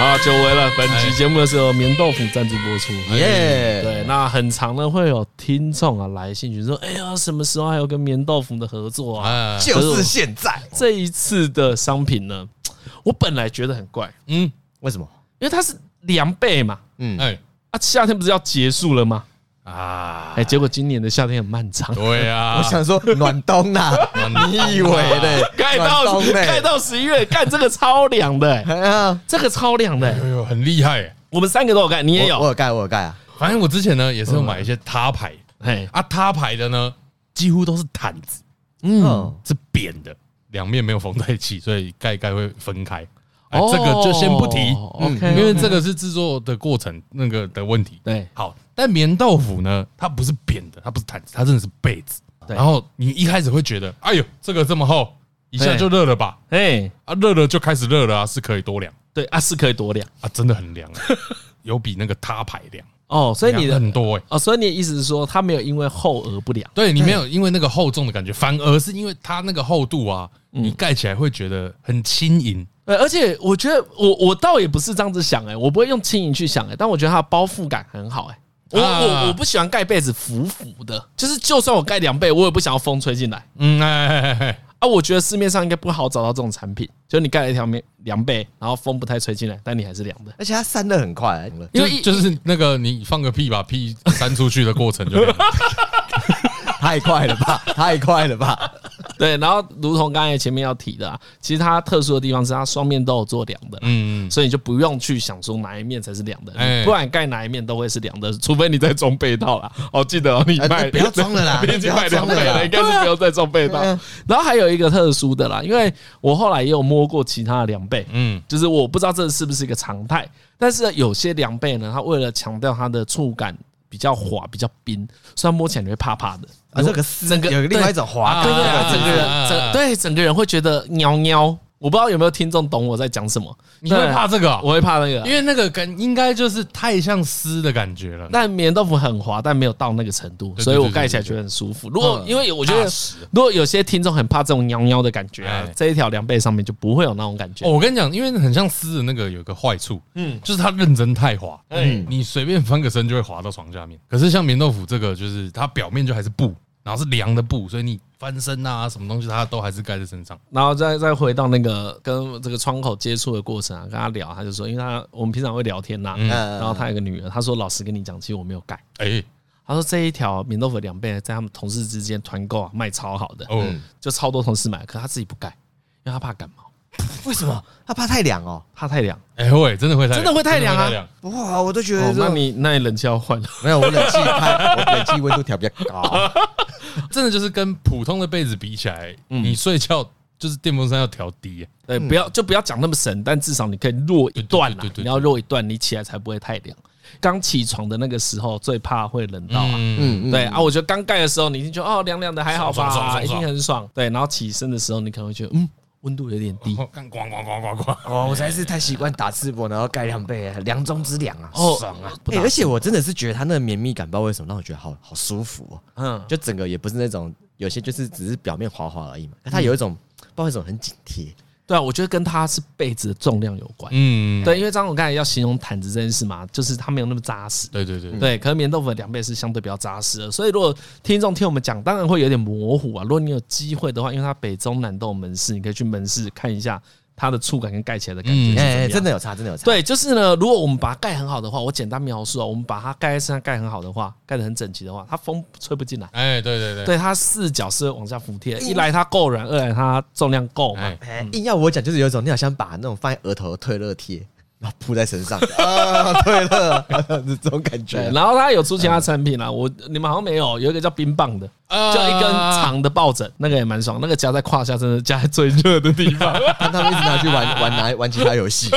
好，久违了。本期节目的是由棉豆腐赞助播出。 耶， 对，那很常呢会有听众啊来信群说，哎呀，什么时候还有跟棉豆腐的合作啊？ 就是现在。 这一次的商品呢，我本来觉得很怪， 为什么？ 因为它是凉被嘛，夏天不是要结束了吗？结果今年的夏天很漫长。 对啊， 我想说暖冬啦，你以为的？ 盖到11月，干这个超凉的，这个超凉的， 很厉害。 我们3个都有盖，你也有？ 我有盖啊。 反正我之前呢也是有买一些他牌，他牌的呢几乎都是毯子，是扁的，两面没有缝在一起，所以盖会分开。这个就先不提，因为这个是制作的过程那个的问题。 对， 好，但棉豆腐呢，它不是扁的，它不是毯子，它真的是被子。然后你一开始会觉得，哎呦，这个这么厚，一下就热了吧？热了就开始热了啊，是可以多凉。 对啊，是可以多凉啊，真的很凉，有比那个他牌凉。 所以你的很多所以你的意思是说，它没有因为厚而不凉？ 对，你没有因为那个厚重的感觉，反而是因为它那个厚度啊，你盖起来会觉得很轻盈。 而且我觉得我倒也不是这样子想我不会用轻盈去想但我觉得它的包覆感很好我不喜欢盖被子浮浮的，就是就算我盖凉被，我也不想要风吹进来。我觉得市面上应该不好找到这种产品，就是你盖了一条凉被，然后风不太吹进来，但你还是凉的， 而且它散热很快， 因为就是那个你放个屁把屁散出去的过程就凉了。 太快了吧！ 对，然后如同刚才前面要提的其实它特殊的地方是它双面都有做凉的，所以你就不用去想说哪一面才是凉的，不然盖哪一面都会是凉的，除非你在装被套啦。记得你卖不要装了啦， 你已经卖凉被了，应该是不用再装被套。然后还有一个特殊的啦，因为我后来也有摸过其他的凉被，就是我不知道这是不是一个常态，但是有些凉被呢，它为了强调它的触感比较滑、比较冰，所以它摸起来你会怕怕的。 这个有另外一种滑感， 整个人会觉得喵喵。我不知道有没有听众懂我在讲什么？ 你会怕这个？ 我会怕那个， 因为那个感应该就是太像丝的感觉了。 但棉豆腐很滑，但没有到那个程度，所以我盖起来觉得很舒服。因为我觉得，如果有些听众很怕这种喵喵的感觉这一条凉被上面就不会有那种感觉。 我跟你讲，因为很像丝的那个有个坏处，就是它认真太滑，你随便翻个身就会滑到床下面。可是像棉豆腐这个，就是它表面就还是布，然后是凉的布，所以你翻身啊什么东西它都还是盖在身上。 然后再回到那个跟这个窗口接触的过程跟他聊，他就说，因为我们平常会聊天然后他有个女儿，他说老实跟你讲，其实我没有盖。他说这一条棉豆腐凉被在他们同事之间团购卖超好的，就超多同事买，可他自己不盖，因为他怕感冒。 为什么？他怕太凉怕太凉。 会真的会太凉啊！ 哇，我都觉得那你冷气要换了？ 没有，我冷气温度调比较高。 真的就是跟普通的被子比起来，你睡觉就是电风扇要调低。 对，不要讲那么神，但至少你可以弱一段啦。你要弱一段，你起来才不会太凉。刚起床的那个时候最怕会冷到对我觉得刚盖的时候你一定觉得凉凉的还好吧，一定很爽。对，然后起身的时候你可能会觉得温度有点低， 我实在是太习惯打赤膊，然后盖凉被，凉中之凉啊，爽啊！而且我真的是觉得它那个绵密感，不知道为什么让我觉得好舒服就整个也不是那种有些就是只是表面滑滑而已嘛，它有一种不知道为什么很紧贴。 对我觉得跟它是被子的重量有关。对，因为张总刚才要形容毯子这件事嘛，就是它没有那么扎实。对，可是棉豆腐的凉被是相对比较扎实的，所以如果听众听我们讲，当然会有点模糊如果你有机会的话，因为它北中南都有门市，你可以去门市看一下它的触感跟盖起来的感觉真的有差。 对，就是呢，如果我们把它盖很好的话，我简单描述我们把它盖在身上盖很好的话，盖得很整齐的话，它风吹不进来。对，它四角是会往下服帖，一来它够软，二来它重量够嘛。 硬要我讲，就是有一种你好像把那种放在额头的退热贴，然后铺在身上退热这种感觉。 然后它有出其他产品你们好像没有一个叫冰棒的，就一根长的抱枕，那个也蛮爽，那个夹在胯下，真的夹在最热的地方。 他们一直拿去玩其他游戏，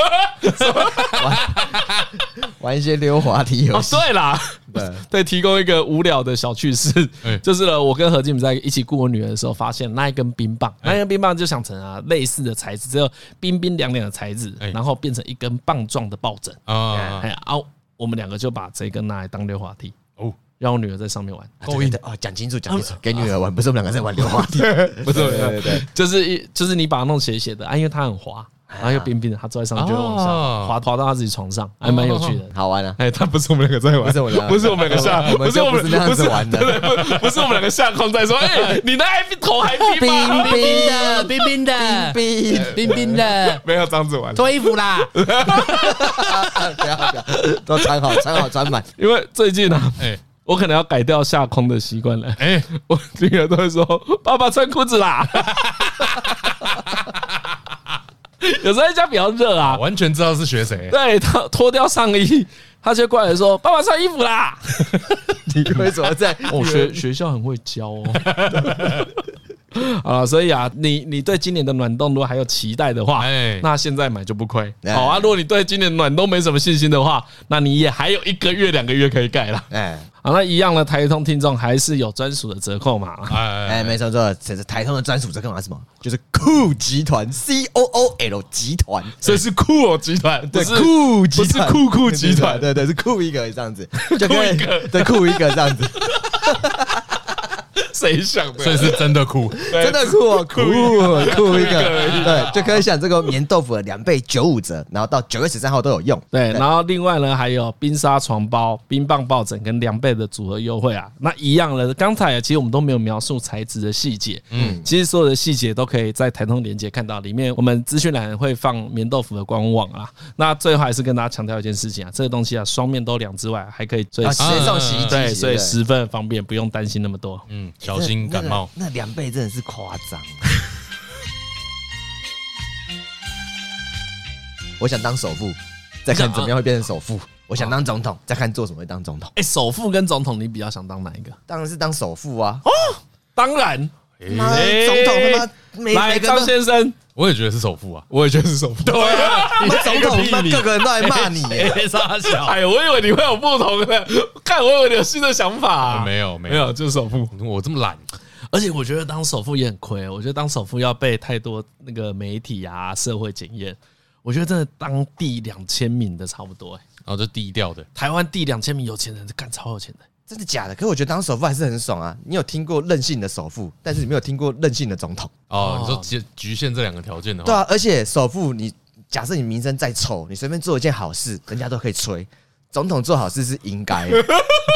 玩一些溜滑梯游戏。 对啦，对，提供一个无聊的小趣事，就是呢，我跟何静在一起顾我女儿的时候，发现那一根冰棒，就想成类似的材质，只有冰冰凉凉的材质，然后变成一根棒状的抱枕我们两个就把这根拿来当溜滑梯让我女儿在上面玩。 够硬的讲清楚，给女儿玩，不是我们两个在玩溜滑梯。 不是，对，就是你把它弄斜斜的因为它很滑。 然后又冰冰的，他坐在上面就会往下滑到他自己床上，还蛮有趣的， 好玩啊！ 他不是我们两个在玩，不是我们两个下， 不是我们那样子玩的， 不是我们两个下空在说，你的头还冰冰的， 冰冰的， 没有这样子玩， 脱衣服啦！不要，都穿好穿满， 因为最近呢，我可能要改掉下空的习惯了。我女儿都会说：“爸爸穿裤子啦。”有时候在家比较热啊， 完全知道是学谁。 对，他脱掉上衣，他就过来说：“爸爸穿衣服啦。” 你为什么在？ 学校很会教哦。啊，所以啊，你对今年的暖冬如果还有期待的话，那现在买就不亏。好啊，如果你对今年的暖冬没什么信心的话，那你也还有1个月、2个月可以盖了。好，那一样的台通听众还是有专属的折扣码。 没错，这是台通的专属折扣码是什么？就是酷集团 COOL 集团， 所以是酷哦集团， 对，酷集团不是酷集团， 对，是酷一个这样子，就酷一个，对，酷一个这样子。 谁想的？ 所以是真的酷， 真的酷哦，酷一个，对，就可以享这个棉豆腐的2倍95折，然后到9月13号都有用。 对，然后另外呢还有冰沙床包、冰棒抱枕跟2倍的组合优惠啊。那一样的，刚才其实我们都没有描述材质的细节，其实所有的细节都可以在台通连结看到，里面我们资讯栏会放棉豆腐的官网啊。那最后还是跟大家强调一件事情啊，这个东西啊双面都2之外，还可以直接送洗衣机， 对，所以10分方便，不用担心那么多。 小心感冒。 那2倍真的是夸张。我想当首富，再看怎么样会变成首富。我想当总统，再看做什么会当总统。 首富跟总统，你比较想当哪一个？ 当然是当首富啊！ 当然， 总统他妈来张先生。 我也觉得是首富啊， 我也觉得是首富。 对啊，你总统他妈个个人都来骂你， 傻小。哎，我以为你会有不同的，看我以为你有新的想法。 没有， 就是首富。 我这么懒。 而且我觉得当首富也很亏，我觉得当首富要被太多那个媒体啊、社会检验。我觉得真的当第2000名的差不多然后就低调的。 台湾第2000名有钱人干超有钱的， 真的假的？可是我觉得当首富还是很爽啊！你有听过任性的首富，但是你没有听过任性的总统。 你说局限这2个条件的话， 对啊，而且首富你假设你名声再臭，你随便做一件好事，人家都可以吹。总统做好事是应该的，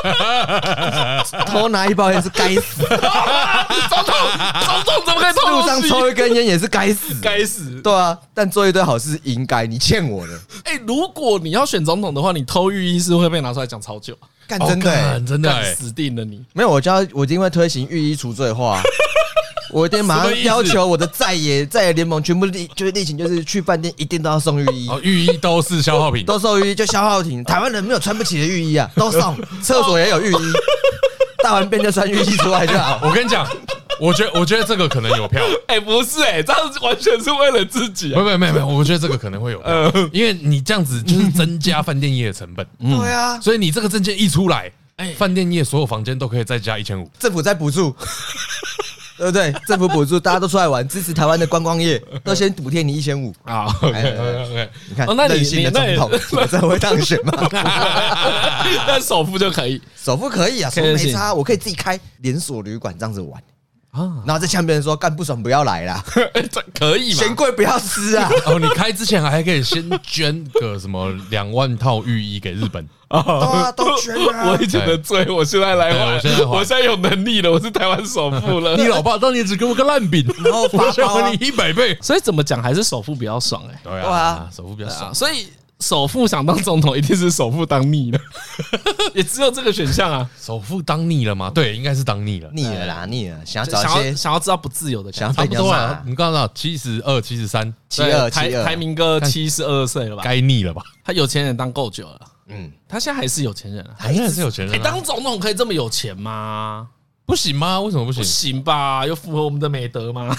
偷拿1包烟是该死。总统怎么可以偷？ 路上抽1根烟也是该死， 该死。 对啊，但做一堆好事应该，你欠我的。 如果你要选总统的话，你偷浴衣是会被拿出来讲超久。 干真的， 真的死定了你！ 没有，我一定会推行浴衣除罪化。我一定马上要求我的在野联盟全部就是例行，就是去饭店一定都要送浴衣。 浴衣都是消耗品， 都送浴衣就消耗品。台湾人没有穿不起的浴衣啊，都送。厕所也有浴衣，大完便就穿浴衣出来就好。 我跟你讲，我觉得这个可能有票。 不是这样完全是为了自己。 没有，我觉得这个可能会有票，因为你这样子就是增加饭店业的成本。 对啊， 所以你这个证件一出来，饭店业所有房间都可以再加1500， 政府在补助。对不对？政府补助，大家都出来玩，支持台湾的观光业，都先补贴你1500啊。 OK， 你看，任性的总统，我真的会当选吗？ 但首富就可以， 首富可以啊，首富没差，我可以自己开连锁旅馆这样子玩。然后再向别人说干不爽不要来啦， 可以吗？ 嫌贵不要吃啊！ 你开之前还可以先捐个什么2万套浴衣给日本。 都捐啊！ 我以前的罪，我现在来还。我现在有能力了，我是台湾首富了。 你老爸当年只给我个烂饼， 然后我想还你100倍。 所以怎么讲还是首富比较爽对啊，首富比较爽。 所以首富想当总统，一定是首富当腻了，也只有这个选项啊。 首富当腻了吗？对，应该是当腻了， 腻了，想要找一些想要知道不自由的感觉， 差不多啊。你刚刚到72、73、 72， 台明哥72岁了吧？ 该腻了吧？ 他有钱人当够久了。他现在还是有钱人啊， 还是有钱人。 当总统可以这么有钱吗？ 不行吗？为什么不行？ 不行吧？有符合我们的美德吗？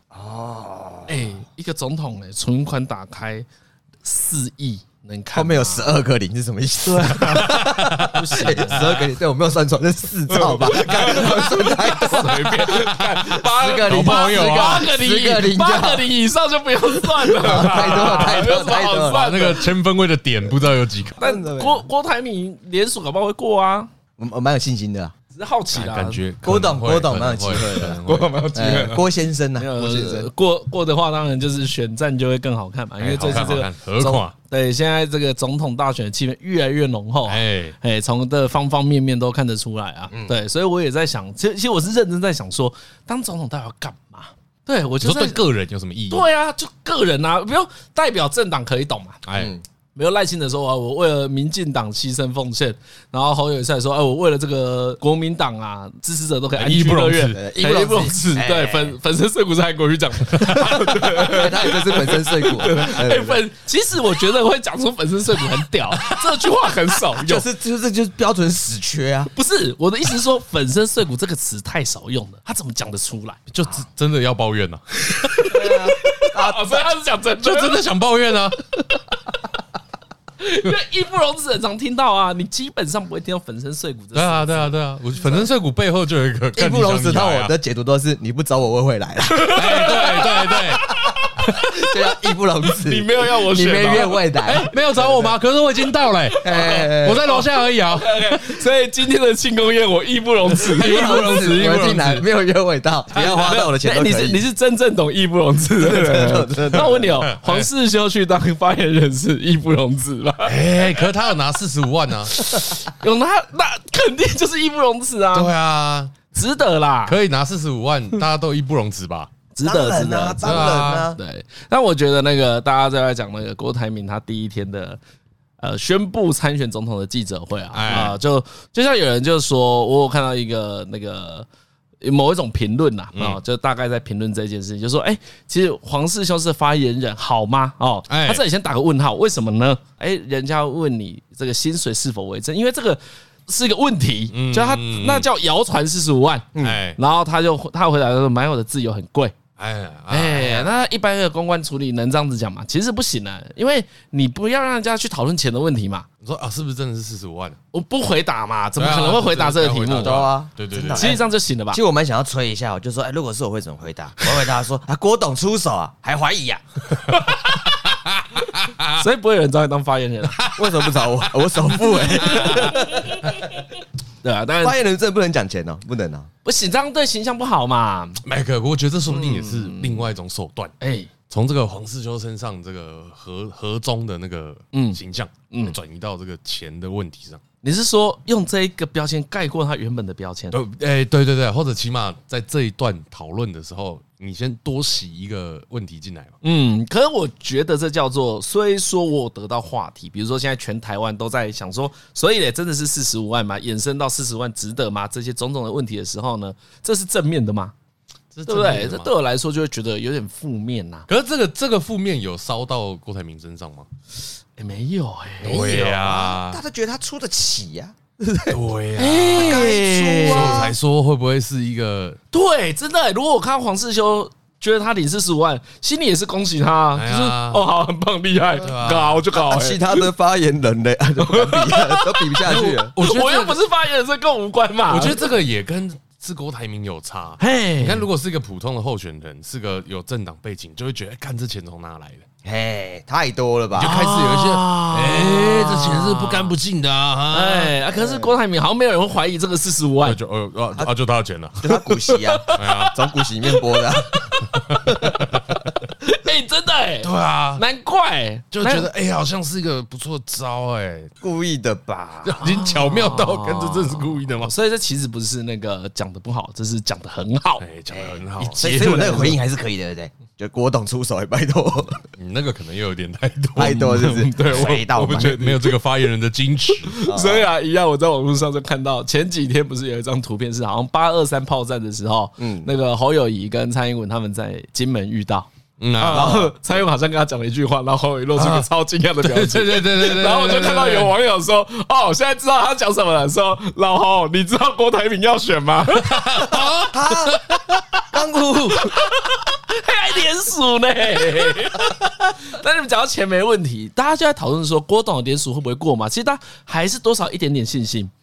一个总统存款打开4亿。能看后面有12个零是什么意思？对，不行，12个零，对我没有算错，是4兆吧？算太多， 随便看 8个零 ，8个零以上就不用算了， 太多了。 那个1000分位的点不知道有几个， 但郭台铭联署搞不好会过啊。 我蛮有信心的， 只是好奇啦， 感觉郭董蛮有机会的， 郭董蛮有机会的。 郭先生呢？ 郭先生过的话，当然就是选战就会更好看嘛，因为这次这个何况对现在这个总统大选的气氛越来越浓厚，从的方方面面都看得出来啊。对，所以我也在想，其实我是认真在想说，当总统到底要干嘛？对我就是对个人有什么意义？ 对啊，就个人啊，不用代表政党可以懂嘛。没有赖清德说啊，我为了民进党牺牲奉献，然后侯友宜才说，我为了这个国民党啊，支持者都可以安居乐业，义不容辞。对，粉身碎骨是韩国瑜讲的， 他也就是粉身碎骨。 其实我觉得会讲出粉身碎骨很屌，这句话很少用， 就是标准死缺啊。 不是我的意思是说，粉身碎骨这个词太少用了，他怎么讲得出来？ 就真的要抱怨呢？ 所以他是讲真的， 就真的想抱怨啊。 因为义不容辞很常听到啊，你基本上不会听到粉身碎骨这。 对啊，我粉身碎骨背后就有一个义不容辞，到我的解读都是你不找我会来了。 对。 就要义不容辞， 你没有要我选， 你没愿未来， 没有找我吗？可是我已经到了，我在楼下而已啊。 所以今天的庆功宴我义不容辞， 我进来没有约未到，不要花到我的钱都可以。 你是真正懂义不容辞的人。那我问你哦，黄世修去当发言人是义不容辞吧？ 可是他有拿45万啊， 有拿那肯定就是义不容辞啊。 对啊， 值得啦， 可以拿45万，大家都义不容辞吧？ 值得， 当然啊， 对。但我觉得那个大家在讲那个郭台铭他第一天的宣布参选总统的记者会啊，就像有人就说，我有看到一个那个某一种评论呐，就大概在评论这件事情，就说其实黄世修是发言人好吗？他这里先打个问号，为什么呢？人家问你这个薪水是否为正，因为这个是一个问题，就他那叫谣传45万，然后他回答说买我的自由很贵。那一般的公关处理能这样子讲吗？其实不行啊，因为你不要让人家去讨论钱的问题嘛。 你说是不是真的是45万？ 我不回答嘛，怎么可能会回答这个题目？ 对， 其实这样就行了吧？ 其实我蛮想要吹一下，我就说，如果是我会怎么回答？我会回答说，郭董出手啊，还怀疑啊。 所以不会有人找你当发言人， 为什么不找我？我首富对啊，当然发言人真的不能讲钱哦，不能啊， 不行，这样对形象不好嘛。 麦克，我觉得这说不定也是另外一种手段。从这个黄世修身上这个和中的那个形象，转移到这个钱的问题上。 你是说用这一个标签盖过他原本的标签？ 对，或者起码在这一段讨论的时候，你先多洗一个问题进来嘛。 可是我觉得这叫做，虽说我有得到话题，比如说现在全台湾都在想说，所以咧真的是45万吗？衍生到40万值得吗？这些种种的问题的时候呢，这是正面的吗？对不对？这对我来说就会觉得有点负面呐。 可是这个负面有烧到郭台铭身上吗？ 没有对呀， 大家觉得他出得起呀， 对呀，该出啊，所以我才说会不会是一个对，真的。如果我看到黄世修觉得他领45万，心里也是恭喜他，就是好，很棒，厉害，搞就搞。 其他的发言人呢，都比不下去了。 我又不是发言人，这跟我无关嘛。 我觉得这个也跟是郭台铭有差。你看，如果是一个普通的候选人，是个有政党背景，就会觉得，看这钱从哪来的？ 太多了吧？ 就开始有一些，这钱是不干不净的啊！ 可是郭台铭好像没有人会怀疑这个45万， 就他的钱了， 就他股息啊，从股息里面拨的。 真的对啊， 难怪就觉得好像是一个不错的招故意的吧？ 已经巧妙到跟这真是故意的吗？ 所以这其实不是那个讲的不好，这是讲的很好， 讲的很好。 所以我那个回应还是可以的，对不对？就郭董出手，拜托。 你那个可能又有点太多， 是不是？ 对，我不觉得没有这个发言人的矜持。 所以一样，我在网络上就看到前几天不是有一张图片，是好像823炮战的时候，那个侯友宜跟蔡英文他们在金门遇到。然后蔡英文好像跟他讲了一句话，然后侯友宜露出个超惊讶的表情。对。然后我就看到有网友说：“现在知道他讲什么了。”说老侯，你知道郭台铭要选吗？ 刚胡还联署呢。但你们讲到钱没问题，大家就在讨论说郭董的联署会不会过嘛？其实他还是多少一点点信心。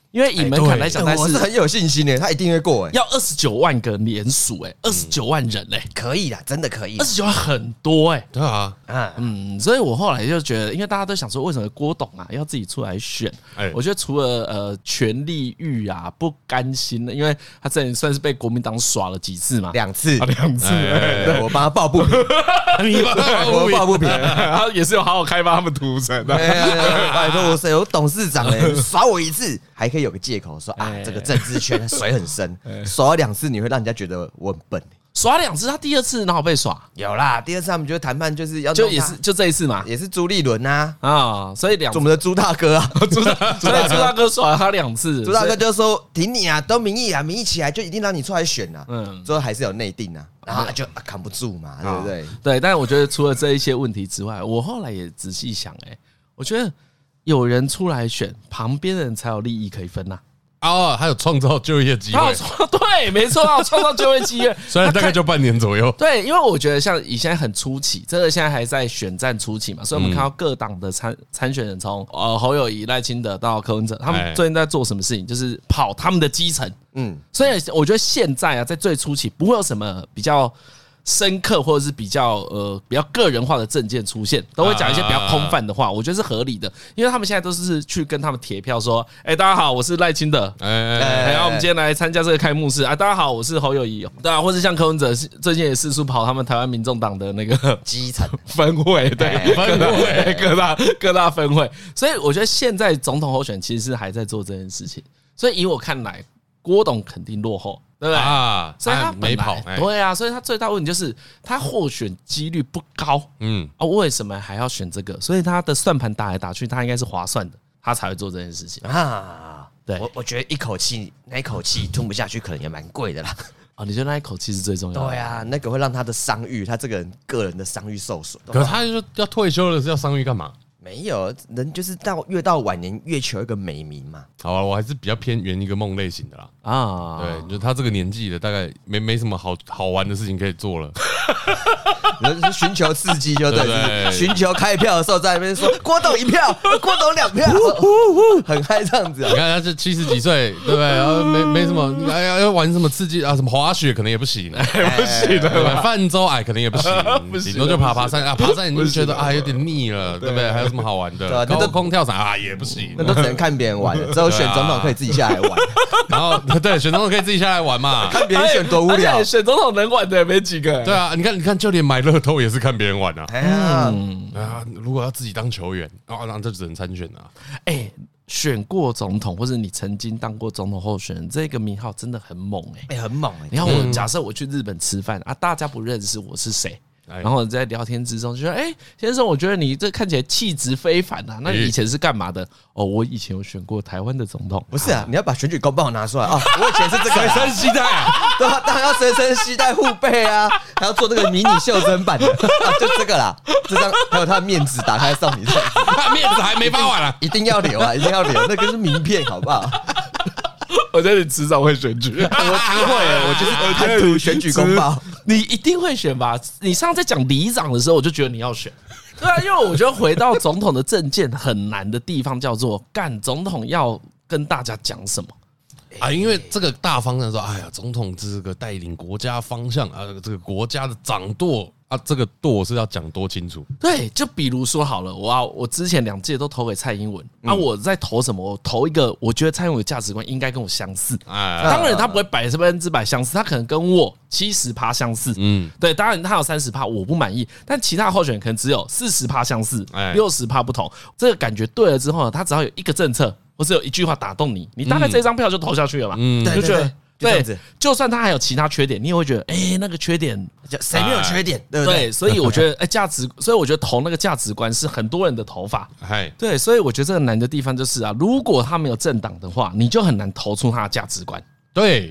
因为以门槛来讲， 我是很有信心的，他一定会过。 要29万个联署，29万人可以啦，真的可以。 29万很多对啊， 所以我后来就觉得，因为大家都想说，为什么郭董啊要自己出来选？我觉得除了权力欲啊不甘心的，因为他之前算是被国民党耍了几次嘛 ，2次 ，2次， 我帮他抱不平，我抱不平， 他也是有好好开发他们土城的。 拜托，我有董事长耍我1次，还可以有个借口说啊，这个政治圈水很深，耍2次你会让人家觉得我很笨。 耍2次，他第2次哪好被耍？ 有啦，第2次他们就谈判，就是要也是就这一次嘛， 也是朱立伦啊， 所以我们的朱大哥啊， 朱大哥耍了他2次， 朱大哥就说挺你啊，都民意啊，民意起来就一定让你出来选啊，最后还是有内定啊，然后就扛不住嘛，对不对？ 对，但是我觉得除了这一些问题之外，我后来也仔细想，我觉得有人出来选，旁边的人才有利益可以分呐。 还有创造就业机会， 对，没错，创造就业机会， 虽然大概就半年左右。 对，因为我觉得像以现在很初期，这个现在还在选战初期嘛，所以我们看到各党的参选人，从侯友宜、赖清德到柯文哲，他们最近在做什么事情，就是跑他们的基层。所以我觉得现在啊，在最初期不会有什么比较深刻或者是比较个人化的政见出现，都会讲一些比较空泛的话，我觉得是合理的，因为他们现在都是去跟他们铁票说，大家好，我是赖清德，然后我们今天来参加这个开幕式啊，大家好，我是侯友宜，对啊，或者像柯文哲最近也四处跑他们台湾民众党的那个基层分会，对，分会各大分会，所以我觉得现在总统候选其实是还在做这件事情，所以以我看来，郭董肯定落后。对不对？所以他没跑，对啊，所以他最大问题就是他获选几率不高，为什么还要选这个？所以他的算盘打来打去，他应该是划算的，他才会做这件事情啊。对， 我觉得那一口气吞不下去，可能也蛮贵的啦。 你觉得那一口气是最重要的？ 对啊，那个会让他的商誉，他这个人个人的商誉受损。 可是他就要退休了，是要商誉干嘛？ 没有人就是越到晚年越求一个美名嘛。 好啊，我还是比较偏圆一个梦类型的啦。对，就他这个年纪的，大概没什么好玩的事情可以做了。 是寻求刺激就对，寻求开票的时候在那边说郭董1票，郭董2票，很嗨这样子。 你看他这70几岁，对不对？然后没什么，要玩什么刺激啊？什么滑雪可能也不行， 不行的。 泛舟可能也不行，顶多就爬山啊，爬山你就觉得有点腻了，对不对？还有什么好玩的？高空跳伞也不行， 那都只能看别人玩，只有选总统可以自己下来玩。 然后对，选总统可以自己下来玩嘛， 看别人选多无聊。 选总统能玩的也没几个。 对啊，你看，就连买乐透也是看别人玩啊。如果要自己当球员，那这只能参选啊。 选过总统，或者你曾经当过总统候选人，这个名号真的很猛很猛你看我假设我去日本吃饭啊，大家不认识我是谁。然后在聊天之中就说：“先生，我觉得你这看起来气质非凡啊，那你以前是干嘛的？”我以前有选过台湾的总统。 不是啊，你要把选举公报拿出来啊！我以前是这个随身携带啊， 对啊，当然要随身携带护背啊，还要做这个迷你袖珍版的就这个啦，这张还有他的面纸打开送你， 面纸还没发完啊， 一定要留啊，一定要留，那个是名片，好不好？ 我觉得你迟早会选举， 我不会，我就是贪图选举公报。 你一定会选吧？你上次在讲里长的时候，我就觉得你要选。对啊，因为我觉得回到总统的政见很难的地方，叫做干总统要跟大家讲什么因为这个大方向说，总统这个带领国家方向这个国家的掌舵。这个舵是要讲多清楚？ 对，就比如说好了，我之前2届都投给蔡英文，我在投什么？我投一个，我觉得蔡英文的价值观应该跟我相似。当然他不会100%相似，他可能跟我70%相似。对，当然他有30%我不满意，但其他候选人可能只有40%相似，60%不同。这个感觉对了之后呢，他只要有一个政策，或是有一句话打动你，你大概这张票就投下去了嘛。就觉得。对，就算他还有其他缺点，你也会觉得，那个缺点谁没有缺点？对不对？ 所以我觉得，所以我觉得投那个价值观是很多人的投法。对，所以我觉得这个难的地方就是如果他没有政党的话，你就很难投出他的价值观。 对，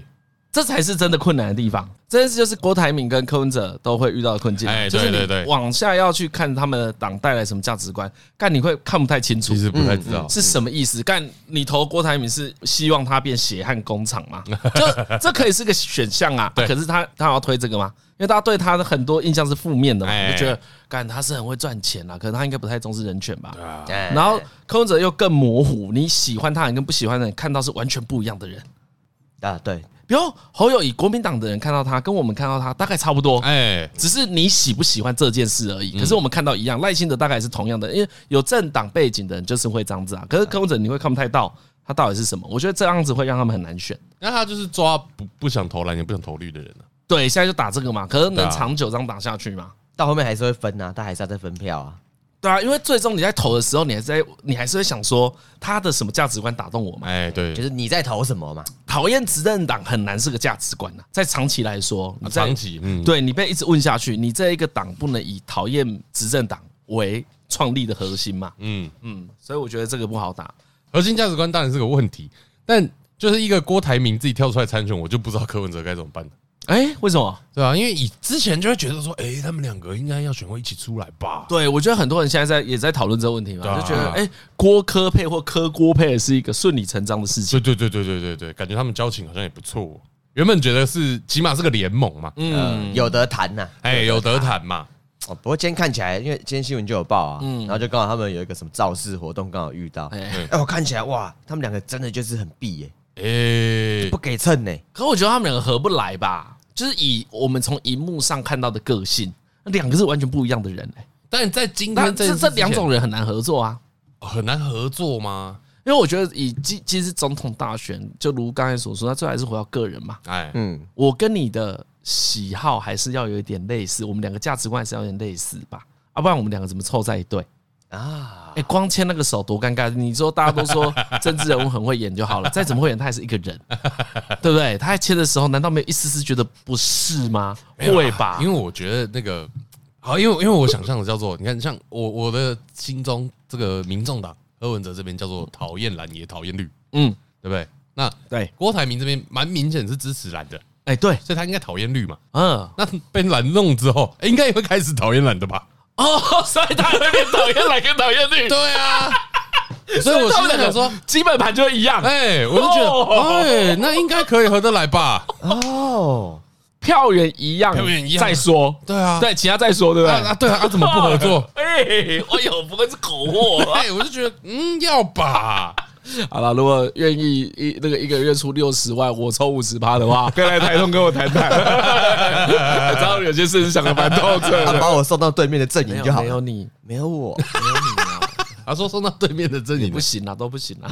这才是真的困难的地方。这件事就是郭台铭跟柯文哲都会遇到的困境，就是你往下要去看他们的党带来什么价值观，干你会看不太清楚， 其实不太知道是什么意思。干你投郭台铭是希望他变血汗工厂嘛？就这可以是个选项啊，可是他要推这个吗？因为大家对他的很多印象是负面的嘛，就觉得干他是很会赚钱啦，可能他应该不太重视人权吧。然后柯文哲又更模糊，你喜欢他人跟不喜欢的人看到是完全不一样的人啊，对。 比如侯友宜，国民党的人看到他，跟我们看到他大概差不多，只是你喜不喜欢这件事而已。可是我们看到一样，赖清德大概是同样的，因为有政党背景的人就是会这样子啊。可是柯文哲你会看不太到他到底是什么，我觉得这样子会让他们很难选。 那他就是抓不想投蓝也不想投绿的人啊。 对，现在就打这个嘛，可是能长久这样打下去吗？ 到后面还是会分啊，他还是要再分票啊。 对啊，因为最终你在投的时候，你还是会想说他的什么价值观打动我嘛？ 对，就是你在投什么嘛。 讨厌执政党很难是个价值观啊，在长期来说， 长期， 对你被一直问下去，你这一个党不能以讨厌执政党为创立的核心嘛？所以我觉得这个不好打。 核心价值观当然是个问题，但就是一个郭台铭自己跳出来参选，我就不知道柯文哲该怎么办。 为什么？ 对啊，因为之前就会觉得说，他们两个应该要选会一起出来吧？ 对，我觉得很多人现在也在讨论这个问题嘛，就觉得郭柯配或柯郭配是一个顺理成章的事情。 对，感觉他们交情好像也不错。原本觉得是起码是个联盟嘛， 有得谈呐， 有得谈嘛。 不过今天看起来，因为今天新闻就有报啊，然后就刚好他们有一个什么造势活动，刚好遇到。我看起来哇，他们两个真的就是很闭耶，不给蹭呢。 可我觉得他们两个合不来吧。就是以我们从荧幕上看到的个性，两个是完全不一样的人但在今天这两种人很难合作啊， 很难合作吗？ 因为我觉得其实总统大选，就如刚才所说，他最后还是回到个人嘛。我跟你的喜好还是要有一点类似，我们两个价值观还是要有点类似吧，不然我们两个怎么凑在一对啊？光牵那个手多尴尬！你说大家都说政治人物很会演就好了，再怎么会演，他还是一个人，对不对？他在牵的时候，难道没有一丝丝觉得不是吗？会吧？ 因为我觉得那个好，因为我想象的叫做，你看，像我的心中这个民众党柯文哲这边叫做讨厌蓝也讨厌绿，对不对？那对郭台铭这边蛮明显是支持蓝的， 对， 所以他应该讨厌绿嘛，那被蓝弄之后，应该也会开始讨厌蓝的吧？ 所以他会变讨厌蓝跟讨厌绿。 对啊，所以我现在想说， 基本盘就一样。 我就觉得，那应该可以合得来吧？ 票源一样，再说。 对啊， 对，其他再说，对不对？ 对啊，怎么不合作？ 不会是口货。 我就觉得，要吧。 好了，如果愿意一个月出60万，我抽50%的话，可以来台东跟我谈谈。我知道有些事情想得蛮透彻的， 把我送到对面的阵营就好。 没有你， 没有我， 没有你啊！ 他说送到对面的阵营不行啊，都不行啊。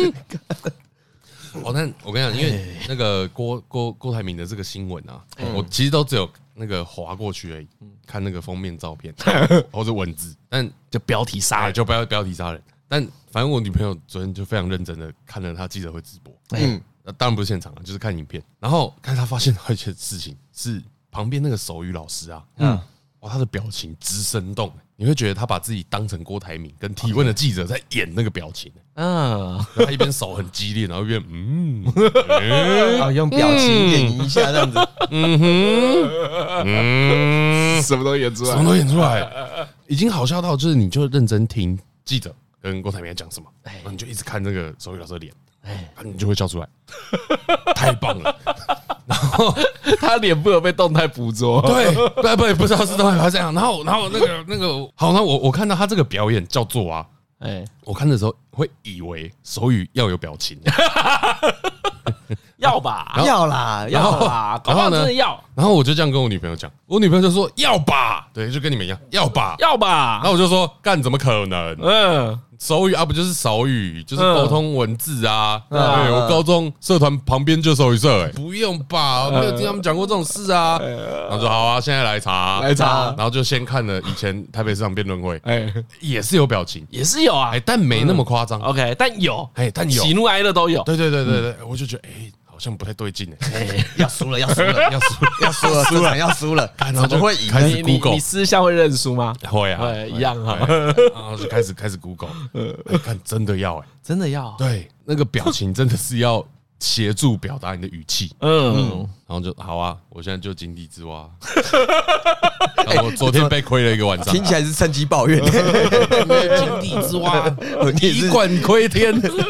但我跟你讲，因为那个郭台铭的这个新闻啊，我其实都只有那个滑过去而已，看那个封面照片或者文字，但就标题杀人， 就标题杀人。但反正我女朋友昨天就非常认真的看了他记者会直播，当然不是现场了，就是看影片，然后看他发现一件事情是旁边那个手语老师啊，他的表情之生动，你会觉得他把自己当成郭台铭跟提问的记者在演那个表情，他一边手很激烈，然后一边用表情演一下这样子， 什么都演出来， 什么都演出来，已经好笑到就是你就认真听记者跟郭台铭讲什么，然后你就一直看那个手语老师的脸，你就会笑出来，太棒了。然后他脸部有被动态捕捉， 对，不知道是动态还是这样。然后那个，好，那我看到他这个表演叫做啊，我看的时候会以为手语要有表情， 要吧， 要啦， 搞不好真的要。 然后我就这样跟我女朋友讲，我女朋友就说要吧，对，就跟你们一样，要吧。然后我就说干，怎么可能？手语不就是手语，就是沟通文字啊。我高中社团旁边就手语社，不用吧，我没有听他们讲过这种事啊。然后说好啊，现在来查，然后就先看了以前台北市长辩论会，也是有表情， 也是有啊， 但没那么夸张。 OK， 但有，喜怒哀乐都有。 对，我就觉得好像不太对劲要输了，怎么会赢？ 开始 Google， 你私下会认输吗？ 会啊， 一样哈。 然后就开始 Google， 看真的要真的要， 对，那个表情真的是要协助表达你的语气，然后就好啊，我现在就井底之蛙。我昨天被亏了一个晚上， 听起来是趁机抱怨。 井底之蛙，以管窥天。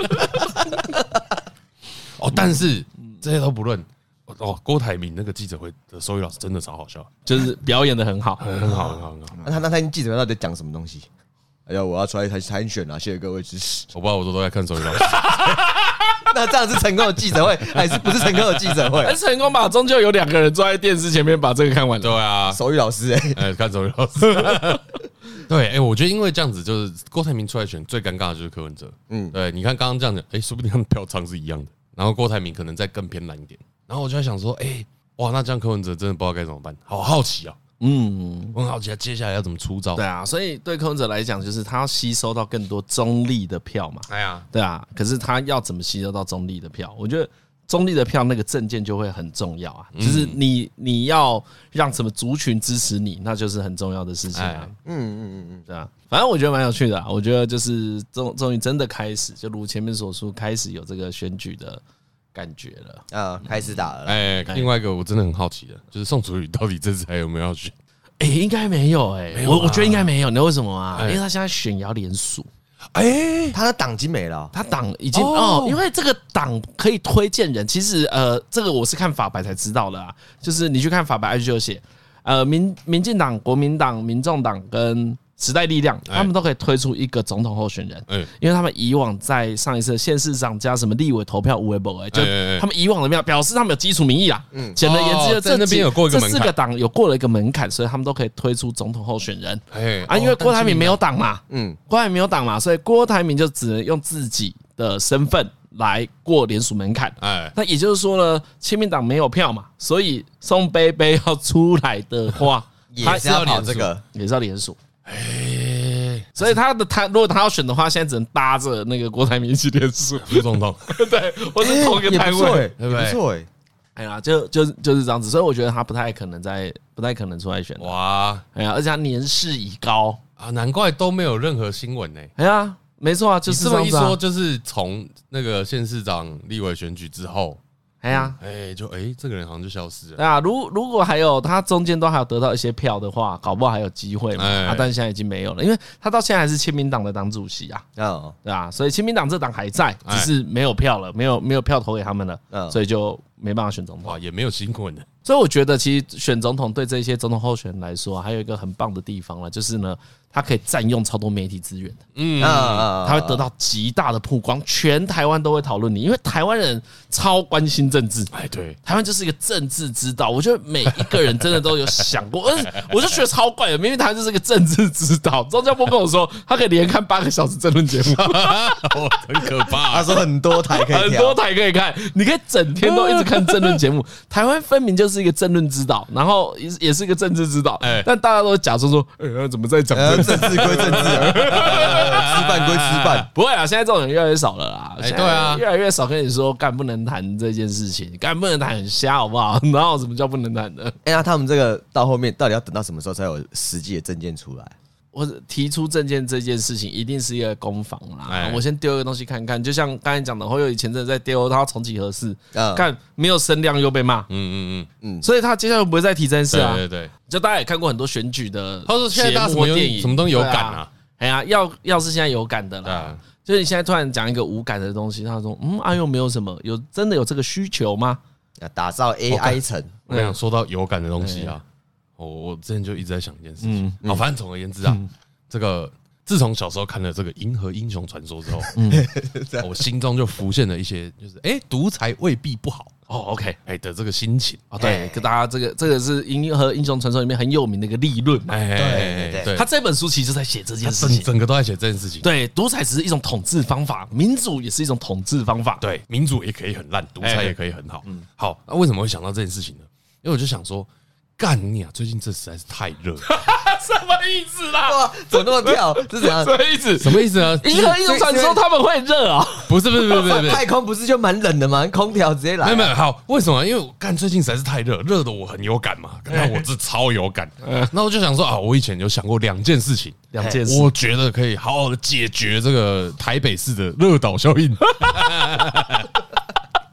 哦，但是这些都不论。哦，郭台铭那个记者会的收益老师真的超好笑， 就是表演的很好， 很好。 那他记者会到底讲什么东西？哎呀，我要出来参选啊！谢谢各位支持。 我不知道，我都在看收益老师。 那这样是成功的记者会，还是不是成功的记者会？ 还是成功吧，终究有2个人坐在电视前面把这个看完了。 对啊， 手语老师看手语老师。对，我觉得因为这样子，就是郭台铭出来选最尴尬的就是柯文哲。对，你看刚刚这样讲，说不定他们票仓是一样的，然后郭台铭可能再更偏蓝一点。然后我就在想说，哇，那这样柯文哲真的不知道该怎么办，好好奇啊。我很好奇他接下来要怎么出招。 对啊，所以对柯文哲来讲，就是他要吸收到更多中立的票嘛。对啊，可是他要怎么吸收到中立的票？我觉得中立的票那个政见就会很重要啊，就是你要让什么族群支持你，那就是很重要的事情啊。对啊，反正我觉得蛮有趣的啊。我觉得就是终于真的开始，就如前面所说，开始有这个选举的感觉了开始打了。 另外一个我真的很好奇的，就是宋楚瑜到底这次还有没有要选？ 应该没有我觉得应该没有。你知道为什么吗？因为他现在选也要联署。 他的党已经没了， 他党已经因为这个党可以推荐人。其实这个我是看法白才知道的啊，就是你去看法白 IG 就写，民进党、国民党、民众党跟时代力量，他们都可以推出一个总统候选人，因为他们以往在上一次县市长加什么立委投票无为不为，就他们以往的票表示他们有基础民意啦。简而言之，就在那边有过一个门槛， 这4个党有过了一个门槛，所以他们都可以推出总统候选人。因为郭台铭没有党嘛，郭台铭没有党嘛，所以郭台铭就只能用自己的身份来过联署门槛。那也就是说呢，亲民党没有票嘛，所以宋贝贝要出来的话， 也是要跑这个， 也是要联署。所以如果他要选的话，现在只能搭着那个郭台铭一起联署副总统。 对，我是同一个摊位， 对不对？不错就是这样子，所以我觉得他不太可能出来选。哇，而且他年事已高啊，难怪都没有任何新闻呢。 没错啊，就是这么一说，就是从那个县市长、立委选举之后。这个人好像就消失了。 对啊，如果还有他中间都还有得到一些票的话，搞不好还有机会嘛。但现在已经没有了，因为他到现在还是亲民党的党主席啊。对啊，所以亲民党这党还在，只是没有票了，没有票投给他们了，所以就没办法选总统。 也没有新闻的。 所以我觉得，其实选总统对这些总统候选人来说，还有一个很棒的地方了，就是呢，他可以占用超多媒体资源的。他会得到极大的曝光，全台湾都会讨论你，因为台湾人超关心政治。 对， 台湾就是一个政治之岛。我觉得每一个人真的都有想过，我就觉得超怪的，明明台湾就是一个政治之岛。钟家波跟我说，他可以连看8个小时政论节目， 很可怕。 他说很多台可以看，你可以整天都一直看政论节目。台湾分明就是一个政论之岛，然后也是一个政治之岛，但大家都假装说，怎么在讲政治归政治，吃饭归吃饭。 不会啊，现在这种人越来越少了啦。 对啊， 越来越少跟你说干不能谈这件事情，干不能谈很瞎，好不好？然后什么叫不能谈的？ 那他们这个到后面到底要等到什么时候才有实际的政见出来？ 我提出政见这件事情，一定是一个攻防啦。我先丢一个东西看看，就像刚才讲的，侯友宜前阵在丢他要重启核四，看没有声量又被骂，所以他接下来不会再提这件事啊。 对， 就大家也看过很多选举的， 他说现在大家什么东西有感啊？ 要是现在有感的啦，就是你现在突然讲一个无感的东西，他说又没有什么，真的有这个需求吗？ 打造 AI 城， 我想说到有感的东西啊。我之前就一直在想一件事情，反正总而言之啊，这个自从小时候看了这个《银河英雄传说》之后，我心中就浮现了一些，就是独裁未必不好 ，OK， 的这个心情啊，对，跟大家这个是《银河英雄传说》里面很有名的一个立论嘛， 对， 他这本书其实就在写这件事情， 整个都在写这件事情。 对，独裁只是一种统治方法，民主也是一种统治方法， 对，民主也可以很烂，独裁也可以很好。好，那为什么会想到这件事情呢？因为我就想说。干你啊！最近这实在是太热了， 什么意思啦？ 哇，怎么那么跳？是怎样？ 什么意思？ 什么意思呢？ 银河英雄传说他们会热啊？ 不是， 太空不是就蛮冷的吗？空调直接来。 没有好，为什么？因为我干最近实在是太热，热的我很有感嘛。那我这超有感。那我就想说啊，我以前有想过2件事情，我觉得可以好好的解决这个台北市的热岛效应。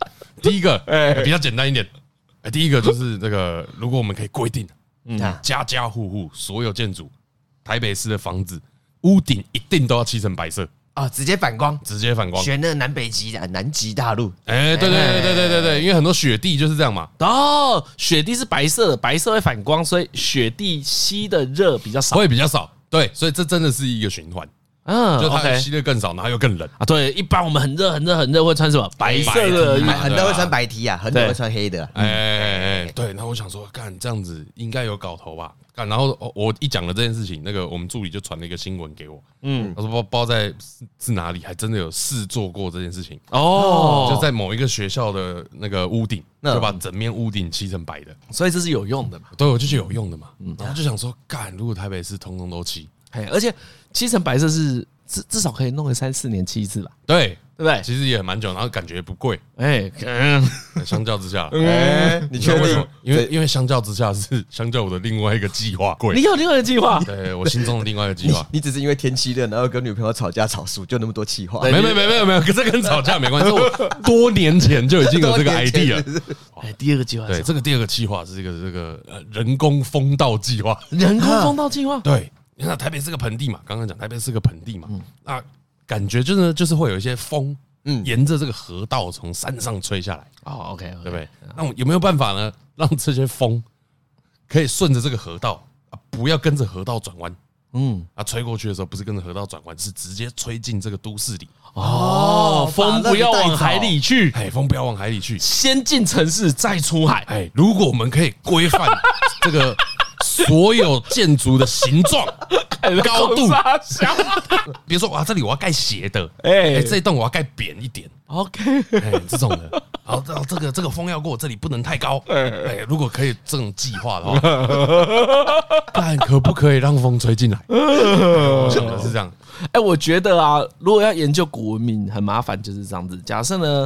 第一个比较简单一点，第一个就是这个，如果我们可以规定，家家户户所有建筑，台北市的房子屋顶一定都要漆成白色。 直接反光，选那个南北极的南极大陆。 对，因为很多雪地就是这样嘛。 雪地是白色的，白色会反光，所以雪地吸的热比较少， 会比较少。对，所以这真的是一个循环。就它吸的更少，然后又更冷啊。对，一般我们很热会穿什么？白色的， 很多会穿白 T 啊，很多会穿黑的。 对。那我想说，干这样子应该有搞头吧？干，然后我一讲了这件事情，那个我们助理就传了一个新闻给我，他说不知道在是哪里，还真的有试做过这件事情。就在某一个学校的那个屋顶，就把整面屋顶漆成白的， 所以这是有用的嘛？ 对，我就是有用的嘛。然后就想说，干，如果台北市通通都漆。 而且漆成白色是至少可以弄个3-4年漆一次吧？ 对不对？ 其实也蛮久，然后感觉不贵。相较之下， 你确定？ 因为相较之下是相较我的另外一个计划贵。 你有另外一个计划？ 对我心中的另外一个计划。 你只是因为天气热，然后跟女朋友吵架吵输，就那么多计划？ 没有，这跟吵架没关系。我多年前就已经有这个 idea 了。 第二个计划， 对，这个第二个计划是这个人工风道计划。 人工风道计划， 对。你看台北是个盆地嘛，刚刚讲台北是个盆地嘛，那感觉就是会有一些风，沿着这个河道从山上吹下来。 OK， 对不对？那有没有办法呢，让这些风可以顺着这个河道不要跟着河道转弯？吹过去的时候不是跟着河道转弯，是直接吹进这个都市里。 风不要往海里去， 风不要往海里去， 先进城市再出海。 如果我们可以规范这个。所有建筑的形状、高度，比如说哇，这里我要盖斜的，这一栋我要盖扁一点 ，OK， 这种的，然后这个风要过，这里不能太高，如果可以这种计划的话，看可不可以让风吹进来？我想的是这样。 我觉得啊，如果要研究古文明，很麻烦，就是这样子。假设呢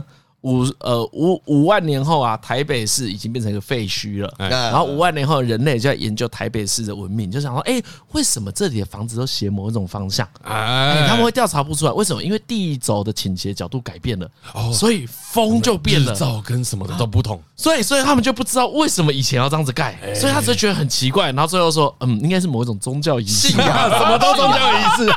，5万年后啊，台北市已经变成一个废墟了。然后5万年后，人类就要研究台北市的文明，就想说，为什么这里的房子都斜某一种方向？他们会调查不出来，为什么？因为地轴的倾斜角度改变了，所以风就变了， 日照跟什么的都不同。 所以他们就不知道为什么以前要这样子盖，所以他只会觉得很奇怪。然后最后说，应该是某一种宗教仪式， 什么都宗教仪式。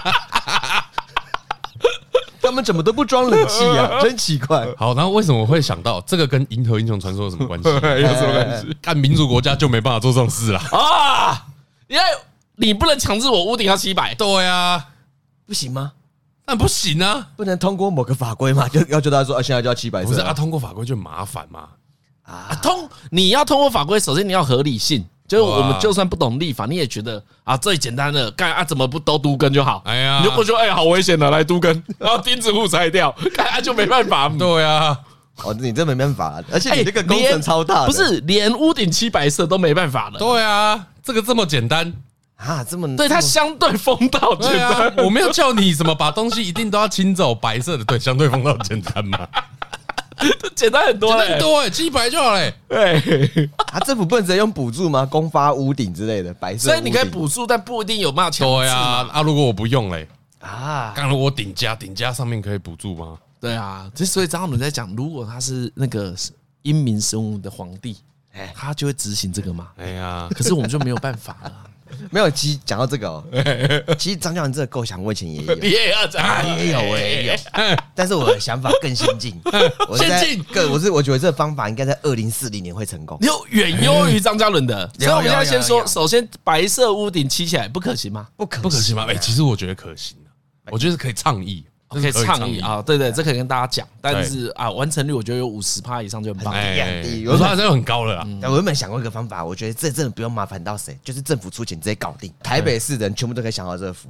他们怎么都不装冷气啊？真奇怪。 好，然后为什么会想到这个跟《银河英雄传说》有什么关系？ 有什么关系？ 干民主国家就没办法做这种事了因为你不能强制我屋顶要700。 对啊， 不行吗？ 那不行啊， 不能通过某个法规嘛？就要求他说现在就要700。 不是通过法规就麻烦嘛。 你要通过法规，首先你要合理性。就是我们就算不懂立法，你也觉得最简单的干怎么不都都更就好？你就不说好危险的来都更，然后钉子户拆掉，干就没办法。 对啊， 你这没办法，而且你这个工程超大的， 不是连屋顶漆白色都没办法了。 对啊，这个这么简单这么对它相对风道简单。 我没有叫你什么把东西一定都要清走白色的，对，相对风道简单嘛。 简单很多， 简单很多700就好嘞。 对， 政府不能直接用补助吗？公发屋顶之类的白色， 所以你可以补助，但不一定有办法强制。 对啊，如果我不用嘞刚如果我顶加上面可以补助吗？ 对啊，所以张浩伦在讲，如果他是那个英明神武的皇帝，他就会执行这个嘛。可是我们就没有办法了。 没有，其实讲到这个其实张教授这个构想我以前也有， 你也要讲， 也有，但是我的想法更先进。我觉得这个方法应该在2040年会成功， 远优于张嘉伦的。所以我们现在先说，首先白色屋顶漆起来不可行吗？ 不可行吗？其实我觉得可行，我觉得可以倡议。 可以倡议对，这可以跟大家讲，但是完成率我觉得有50%以上就很棒 ，50%就很高了啦。 我原本想过一个方法，我觉得这真的不用麻烦到谁，就是政府出钱直接搞定，台北市人全部都可以享到这个福。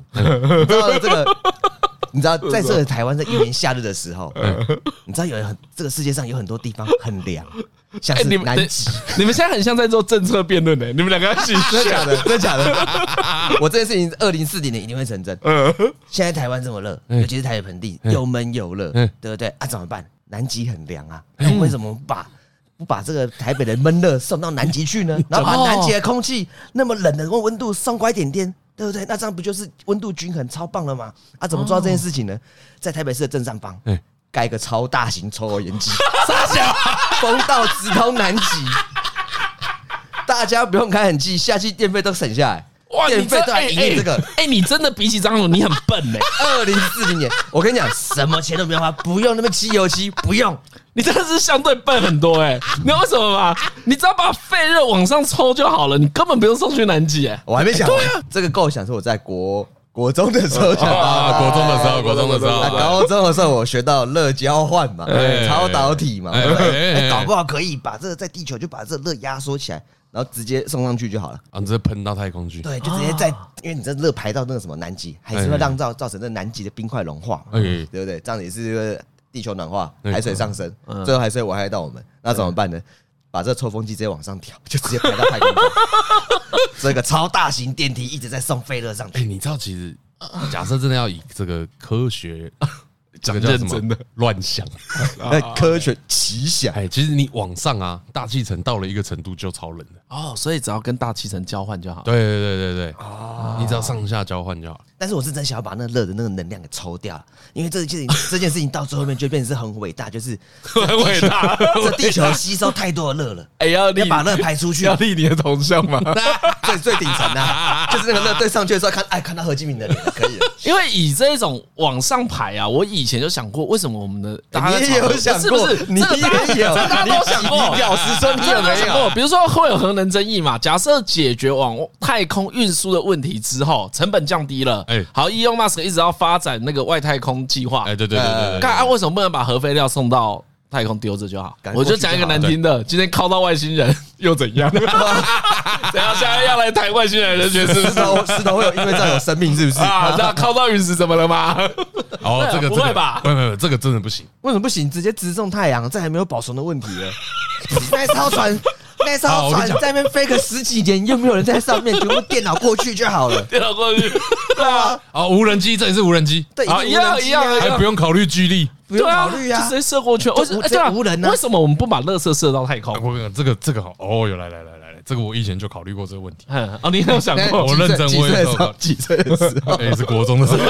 你知道在这个台湾在一年夏日的时候，你知道这个世界上有很多地方很凉，像是南极。 你们现在很像在做政策辩论你们两个要洗， 真的假的？我这件事情2040年一定会成真。现在台湾这么热，尤其是台北盆地又闷又热，对不对？怎么办？南极很凉啊，为什么不把这个台北的闷热送到南极去呢？然后把南极的空气那么冷的温度送过来一点点，对不对？那这样不就是温度均衡超棒了吗？怎么做到这件事情呢？在台北市的正上方盖个超大型抽油烟机，傻小，风道直通南极，大家不用开冷气，夏季电费都省下来。哇，电费都来营运这个， 你真的比起张总，你很笨 2040年，我跟你讲，什么钱都不用花，不用那么汽油漆，不用。 你真的是相对笨很多你知道为什么吗？你只要把废热往上抽就好了，你根本不用送去南极我还没讲完，这个构想是我在国中的时候想到， 国中的时候， 高中的时候我学到热交换嘛，超导体嘛，搞不好可以把这个在地球就把这热压缩起来。然后直接送上去就好了直接喷到太空去。 对，就直接因为你这热排到那个什么南极，还是会造成这南极的冰块融化，对不对？这样也是地球暖化，海水上升，最后还是会危害到我们。那怎么办呢？把这抽风机直接往上调，就直接排到太空去。这个超大型电梯一直在送废热上去。 你知道，其实假设真的要以这个科学。这个叫什么？乱想， 科学奇想。 其实你往上啊，大气层到了一个程度就超冷的所以只要跟大气层交换就好。 对，你只要上下交换就好。 但是我是真想要把那热的那个能量给抽掉，因为这件事情到最后面就变成是很伟大，就是很伟大。 这地球吸收太多的热了， 要把热排出去， 要立你的铜像吗？ 最顶层就是那个热对上去的时候看到何敬明的脸可以了。 因为以这种往上排我以前就想过，为什么我们的你也有想过，你也有， 大家都想过。 你表示说你有没有？ 比如说会有核能争议嘛？假设解决往太空运输的问题之后，成本降低了，好 ，Elon Musk 一直要发展那个外太空计划， 对， 为什么不能把核废料送到太空丢着就好？我就讲一个难听的，今天靠到外星人又怎样？怎样？现在要来谈外星人人权是不是？ 石头会有因为这样有生命是不是？ 那靠到陨石怎么了吗？ 这个不会吧？ 没有，这个真的不行。 为什么不行？直接直送太阳，这还没有保存的问题呢。那艘船在那边飞个10几年，又没有人在上面，全部电脑过去就好了。 电脑过去，对啊。 无人机，这也是无人机， 对， 一样， 还不用考虑距离， 不用考虑啊， 就直接射过去。 无人呢？ 为什么我们不把垃圾射到太空？ 我跟你讲，这个好有来，这个我以前就考虑过这个问题。 你有想过？ 我认真，我也有几岁的时候， 是国中的时候。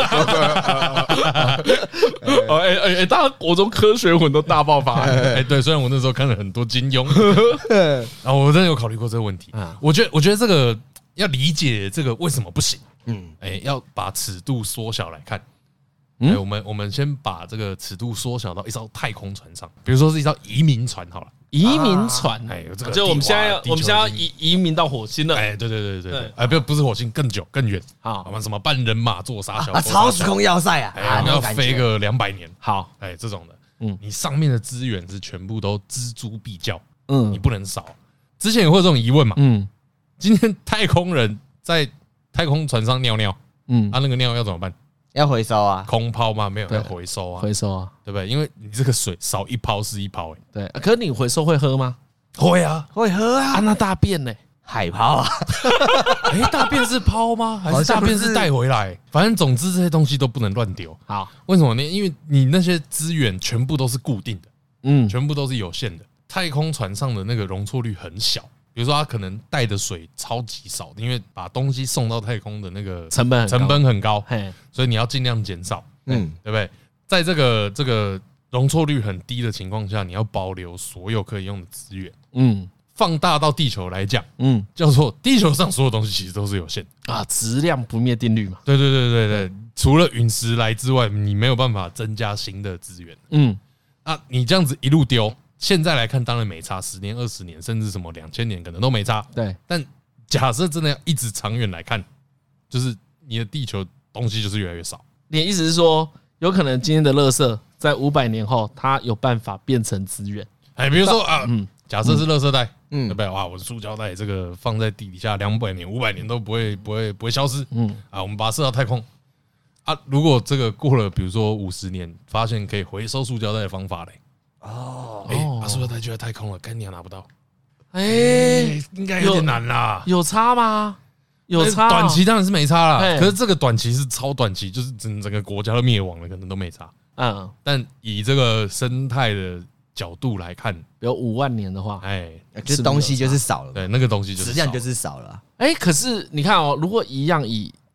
大家国中科学魂都大爆发。 对，虽然我那时候看了很多金庸，然后我真的有考虑过这个问题。我觉得这个要理解这个为什么不行。要把尺度缩小来看。我们先把这个尺度缩小到一艘太空船上，比如说是一艘移民船好了。 移民船，就我们现在要移民到火星了。 对，不是火星，更久更远。好，我们什么半人马座杀小超时空要塞我们要飞个200年。 好， 这种的，你上面的资源是全部都锱铢必较，你不能少。之前也会有这种疑问嘛，今天太空人在太空船上尿尿，那个尿要怎么办？ 要回收啊， 空抛吗？没有，要回收啊，对不对？因为你这个水少一泡是一泡， 对。可是你回收会喝吗？ 会啊， 会喝啊。 那大便呢？ 海泡啊？ 大便是抛吗？还是大便是带回来？反正总之这些东西都不能乱丢。 好， 为什么呢？因为你那些资源全部都是固定的，全部都是有限的。太空船上的那个容错率很小。比如说，它可能带的水超级少，因为把东西送到太空的那个成本很高， 所以你要尽量减少，对不对？在这个容错率很低的情况下，你要保留所有可以用的资源，放大到地球来讲，叫做地球上所有东西其实都是有限啊，质量不灭定律嘛。 对，除了陨石来之外，你没有办法增加新的资源，你这样子一路丢。现在来看，当然没差，10年、20年，甚至什么2000年，可能都没差。 对， 但假设真的要一直长远来看，就是你的地球东西就是越来越少。 你的意思是说，有可能今天的垃圾在500年后，它有办法变成资源？ 比如说假设是垃圾袋，对不对？哇，我的塑胶袋这个放在地底下200年、500年都不会消失。我们把它射到太空。如果这个过了，比如说50年，发现可以回收塑胶袋的方法嘞。塑胶袋就在太空了，干你还拿不到，应该有点难啦。 有差吗？有差， 短期当然是没差啦。可是这个短期是超短期，就是整个国家都灭亡了，可能都没差。但以这个生态的角度来看， 比如5万年的话， 就是东西就是少了， 对，那个东西就是质量就是少了。 可是你看哦，如果一样以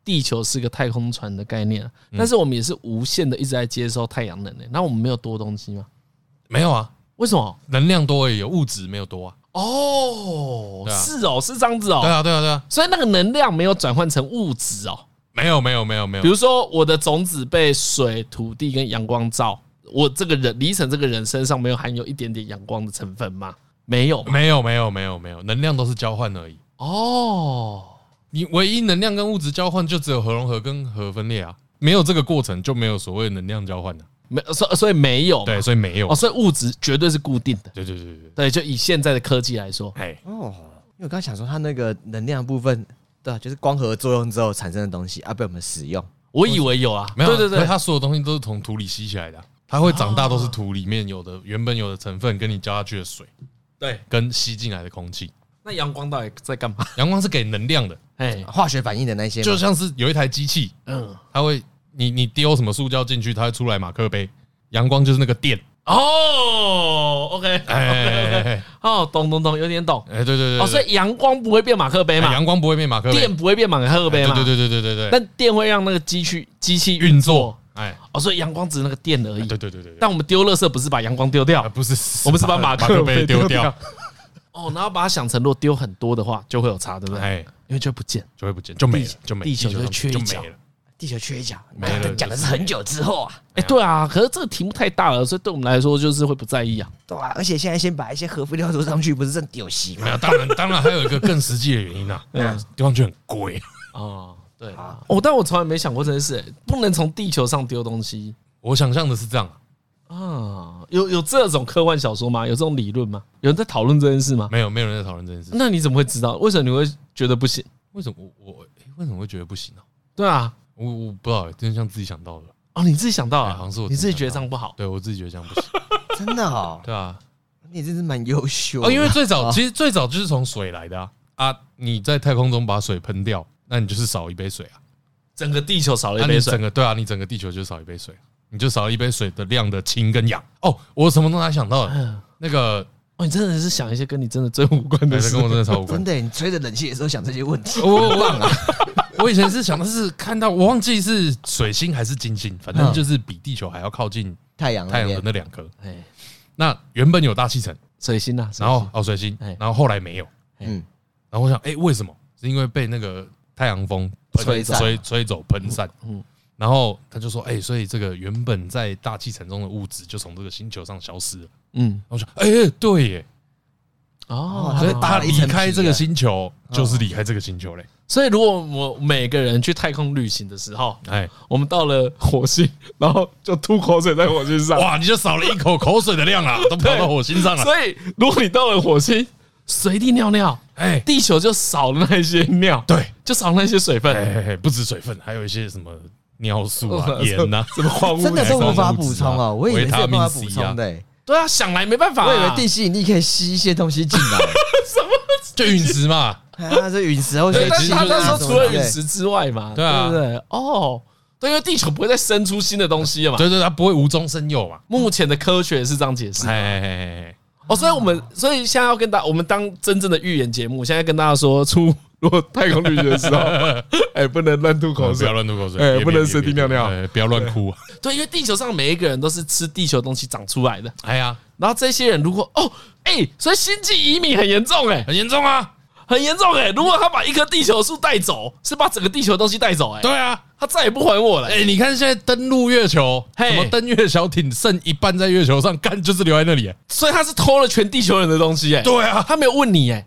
地球是个太空船的概念，但是我们也是无限的一直在接收太阳能诶。那我们没有多东西吗？ 没有啊， 为什么？ 能量多而已，有物质没有多啊。 哦，是哦，是这样子哦。 对啊，对啊，对啊。 所以那个能量没有转换成物质哦。 没有。 比如说我的种子被水、土地跟阳光照，我这个人李晨这个人身上没有含有一点点阳光的成分吗？没有，能量都是交换而已。哦，你唯一能量跟物质交换就只有核融合跟核分裂啊，没有这个过程就没有所谓能量交换的。 所以没有， 对，所以没有哦，所以物质绝对是固定的。 对， 就以现在的科技来说， 因为我刚才想说，它那个能量部分，对啊，就是光合作用之后产生的东西啊，被我们使用。 我以为有啊， 没有，对，它所有东西都是从土里吸起来的，它会长大都是土里面有的原本有的成分，跟你浇下去的水，对，跟吸进来的空气。 那阳光到底在干嘛？ 阳光是给能量的， 化学反应的那些， 就像是有一台机器，它会。你丢什么塑胶进去，它会出来马克杯。阳光就是那个电哦 ，OK， 哦，懂，有点懂。 对， 哦，所以阳光不会变马克杯嘛？ 阳光不会变马克杯， 电不会变马克杯嘛？ 对。 但电会让那个机器运作，所以阳光只是那个电而已。 对。 但我们丢垃圾不是把阳光丢掉， 不是， 我们是把马克杯丢掉。 哦， 然后把它想成，如果丢很多的话，就会有差，对不对？因为就会不见， 就没了， 地球就缺一角。 地球缺一角， 没了， 讲的是很久之后啊。 对啊，可是这个题目太大了，所以对我们来说就是会不在意啊。 对啊，而且现在先把一些核废料丢上去，不是真丢席吗？ 当然还有一个更实际的原因啊，丢上去很贵啊。对啊，但我从来没想过这件事，不能从地球上丢东西。 我想象的是这样啊，有这种科幻小说吗？有这种理论吗？有人在讨论这件事吗？ 没有人在讨论这件事。 那你怎么会知道？为什么你会觉得不行？ 为什么为什么会觉得不行呢？ 对啊。 我不知道，真像自己想到的哦，你自己想到啊？ 好像是我你自己觉得这样不好？ 对我自己觉得这样不行， 真的哦。 对啊， 你真是蛮优秀哦。因为其实最早就是从水来的啊！你在太空中把水喷掉，那你就是少一杯水啊。 整个地球少了一杯水， 你整个地球就少一杯水，你就少了一杯水的量的氢跟氧。哦，我什么都还想到了，那个。 你真的是想一些跟你真的真无关的事， 跟我真的超无关。 真的，你吹着冷气的时候想这些问题， 我忘了。我以前是想的是看到，我忘记是水星还是金星，反正就是比地球还要靠近太阳的那两颗。那原本有大气层， 水星啊， 然后水星，然后后来没有。然后我想，为什么？是因为被那个太阳风吹走喷散。然后他就说，所以这个原本在大气层中的物质就从这个星球上消失了。我说，对耶，所以他离开这个星球就是离开这个星球嘞。 所以如果我每个人去太空旅行的时候，我们到了火星，然后就吐口水在火星上， 哇，你就少了一口口水的量啊，都跑到火星上了。 所以如果你到了火星，随地尿尿，地球就少了那些尿， 对， 就少了那些水分， 不止水分，还有一些什么。尿素啊，盐啊， 什么矿物质， 真的是无法补充啊！我以为是无法补充的。 对啊，想来没办法。 我以为地心引力可以吸一些东西进来， 什么？ 就陨石嘛。 这陨石或者但是他那时候除了陨石之外嘛，对不对？哦，对，因为地球不会再生出新的东西了嘛。 对，它不会无中生有嘛。 目前的科学是这样解释。所以现在要跟我们当真正的预言节目，现在跟大家说如果太空旅行的时候，不能乱吐口水， 不要乱吐口水， 不能随地尿尿， 不要乱哭。 对，因为地球上每一个人都是吃地球东西长出来的。然后这些人如果所以星际移民很严重很严重啊， 很严重如果他把一棵地球树带走，是把整个地球的东西带走对啊， 他再也不还我了。 你看现在登陆月球，什么登月小艇剩一半在月球上，干就是留在那里。 所以他是偷了全地球人的东西对啊， 他没有问你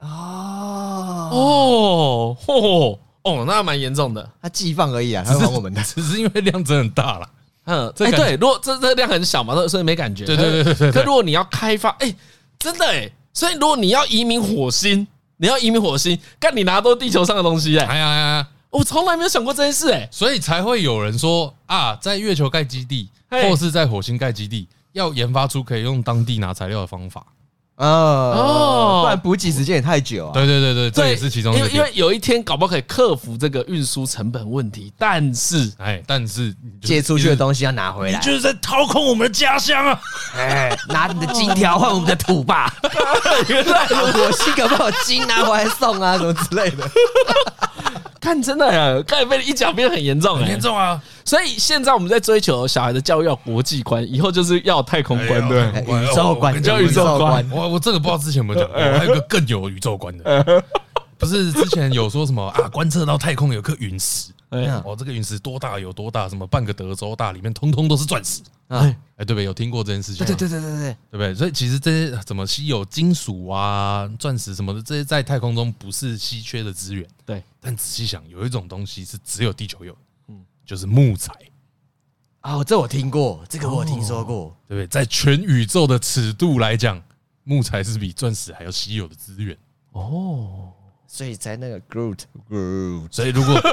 那蛮严重的。 他寄放而已啊，他还我们的， 只是因为量真的很大了。 对，如果这量很小嘛，所以没感觉。 对。 可如果你要开发，真的所以如果你要移民火星，干你拿都地球上的东西我从来没有想过这件事所以才会有人说在月球盖基地，或是在火星盖基地，要研发出可以用当地拿材料的方法。 不然补给时间也太久啊。 对，这也是其中一个。 因为有一天搞不好可以克服这个运输成本问题，但是借出去的东西要拿回来， 你就是在掏空我们的家乡啊！ 拿你的金条换我们的土吧。原来火星搞不好金拿回来送啊，什么之类的。 看真的呀，盖贝一讲变很严重， 很严重啊！ 所以现在我们在追求小孩的教育要国际观，以后就是要太空观，对， 宇宙观， 叫宇宙观。 我这个不知道之前有没有讲过，还有一个更有宇宙观的，不是之前有说什么啊？观测到太空有颗陨石，这个陨石多大有多大，什么半个德州大，里面通通都是钻石。对不对？有听过这件事情？ 对， 对不对？所以其实这些什么稀有金属啊、钻石什么的，这些在太空中不是稀缺的资源。 对， 但仔细想，有一种东西是只有地球有，就是木材。 这我听过，这个我听说过， 对不对？在全宇宙的尺度来讲，木材是比钻石还要稀有的资源。 所以才那个 Groot， 所以如果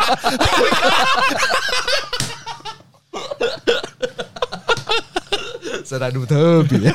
这台路特别，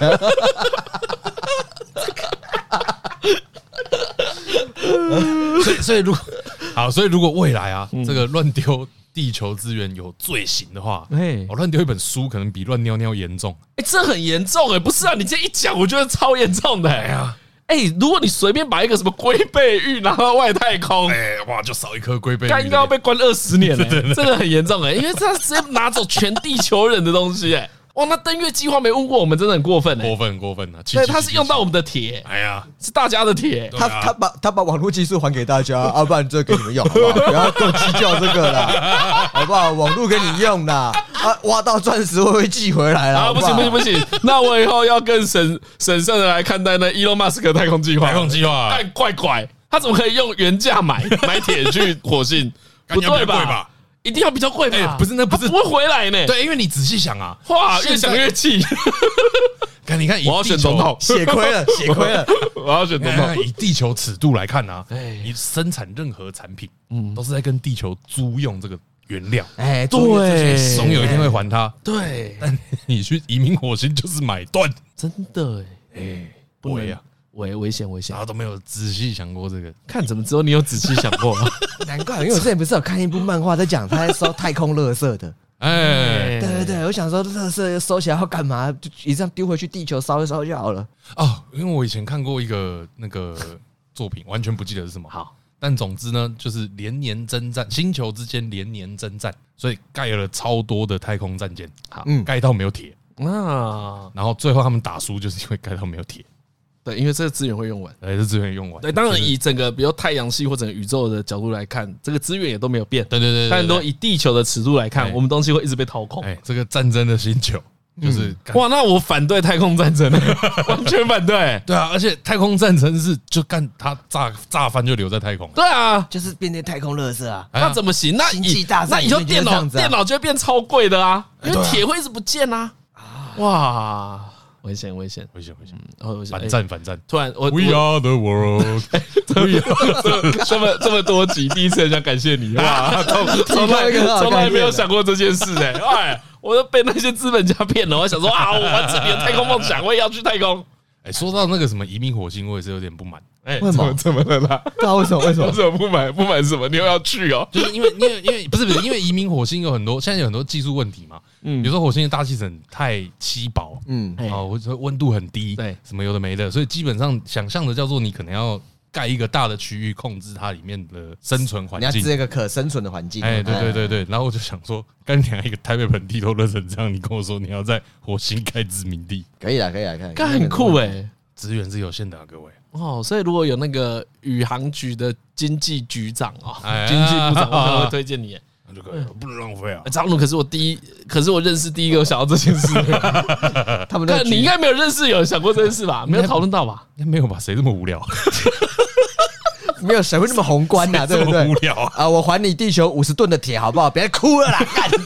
所以如果未来啊，这个乱丢地球资源有罪行的话，我乱丢一本书可能比乱尿尿严重。 这很严重不是啊？你这一讲，我觉得超严重的如果你随便把一个什么龟背玉拿到外太空， 哇，就少一颗龟背玉， 应该要被关20年这个很严重因为他直接拿走全地球人的东西哇，那登月计划没问过我们，真的很过分过分啊！ 对，他是用到我们的铁，是大家的铁。 他把网络技术还给大家，不然这给你们用，好不好？不要跟我计较这个啦，好不好？网络给你用啦，挖到钻石会寄回来啦。 不行，那我以后要更审慎的来看待那 Elon Musk 的太空计划。怪，他怎么可以用原价买铁去火星？不对吧？一定要比较贵吧？ 不是，那不是不会回来呢。 对，因为你仔细想啊， 哇，越想越气。 你看， 我要选总统， 血亏了。 我要选总统。 以地球尺度来看啊，你生产任何产品，都是在跟地球租用这个原料。 对， 总有一天会还它。 对， 但你去移民火星就是买断， 真的不会啊。 危险！ 然后都没有仔细想过这个， 看怎么只有你有仔细想过？ 难怪，因为我之前不是有看一部漫画，在讲他在收太空垃圾的。对，我想说垃圾收起来要干嘛？就一这样丢回去地球烧一烧就好了。 因为我以前看过一个那个作品，完全不记得是什么。好，但总之呢，就是连年征战，星球之间连年征战，所以盖了超多的太空战舰。好，盖到没有铁然后最后他们打输，就是因为盖到没有铁。 对，因为这个资源会用完， 这资源用完。 对，当然以整个比如太阳系或整个宇宙的角度来看，这个资源也都没有变。 对。 但都以地球的尺度来看，我们东西会一直被掏空。 这个战争的星球就是哇，那我反对太空战争，完全反对。 对啊，而且太空战争是就干它炸翻就留在太空。 对啊， 就是变成太空垃圾啊。 那怎么行？那以后电脑就会变超贵的啊，因为铁会一直不见啊。哇！危险！ 反战！ 突然 ，We are the world， 这么多集，第一次很想感谢你哇！从来没有想过这件事我都被那些资本家骗了。我想说我完成你的太空梦想，我也要去太空。 说到那个什么移民火星，我也是有点不满。 怎么了啦？ 为什么不满？不满什么？你又要去就是因为不是因为移民火星有很多，现在有很多技术问题嘛。比如说火星的大气层太稀薄，或者温度很低，对，什么有的没的，所以基本上想象的叫做你可能要盖一个大的区域控制它里面的生存环境， 你要制一个可生存的环境。 对。然后我就想说，干你一个台北盆地都热成这样，你跟我说你要在火星盖殖民地， 可以啦， 干很酷资源是有限的，各位。 所以如果有那个宇航局的经济局长经济部长，我可能会推荐你。 那就可以了，不能浪费啊！ 张鲁可是我认识第一个想到这件事。他们你应该没有认识有人想过这件事吧？没有讨论到吧？ 应该没有吧？谁这么无聊？ 没有谁会那么宏观呐，对不对？ 无聊啊！我还你地球50吨的铁，好不好？别哭了啦！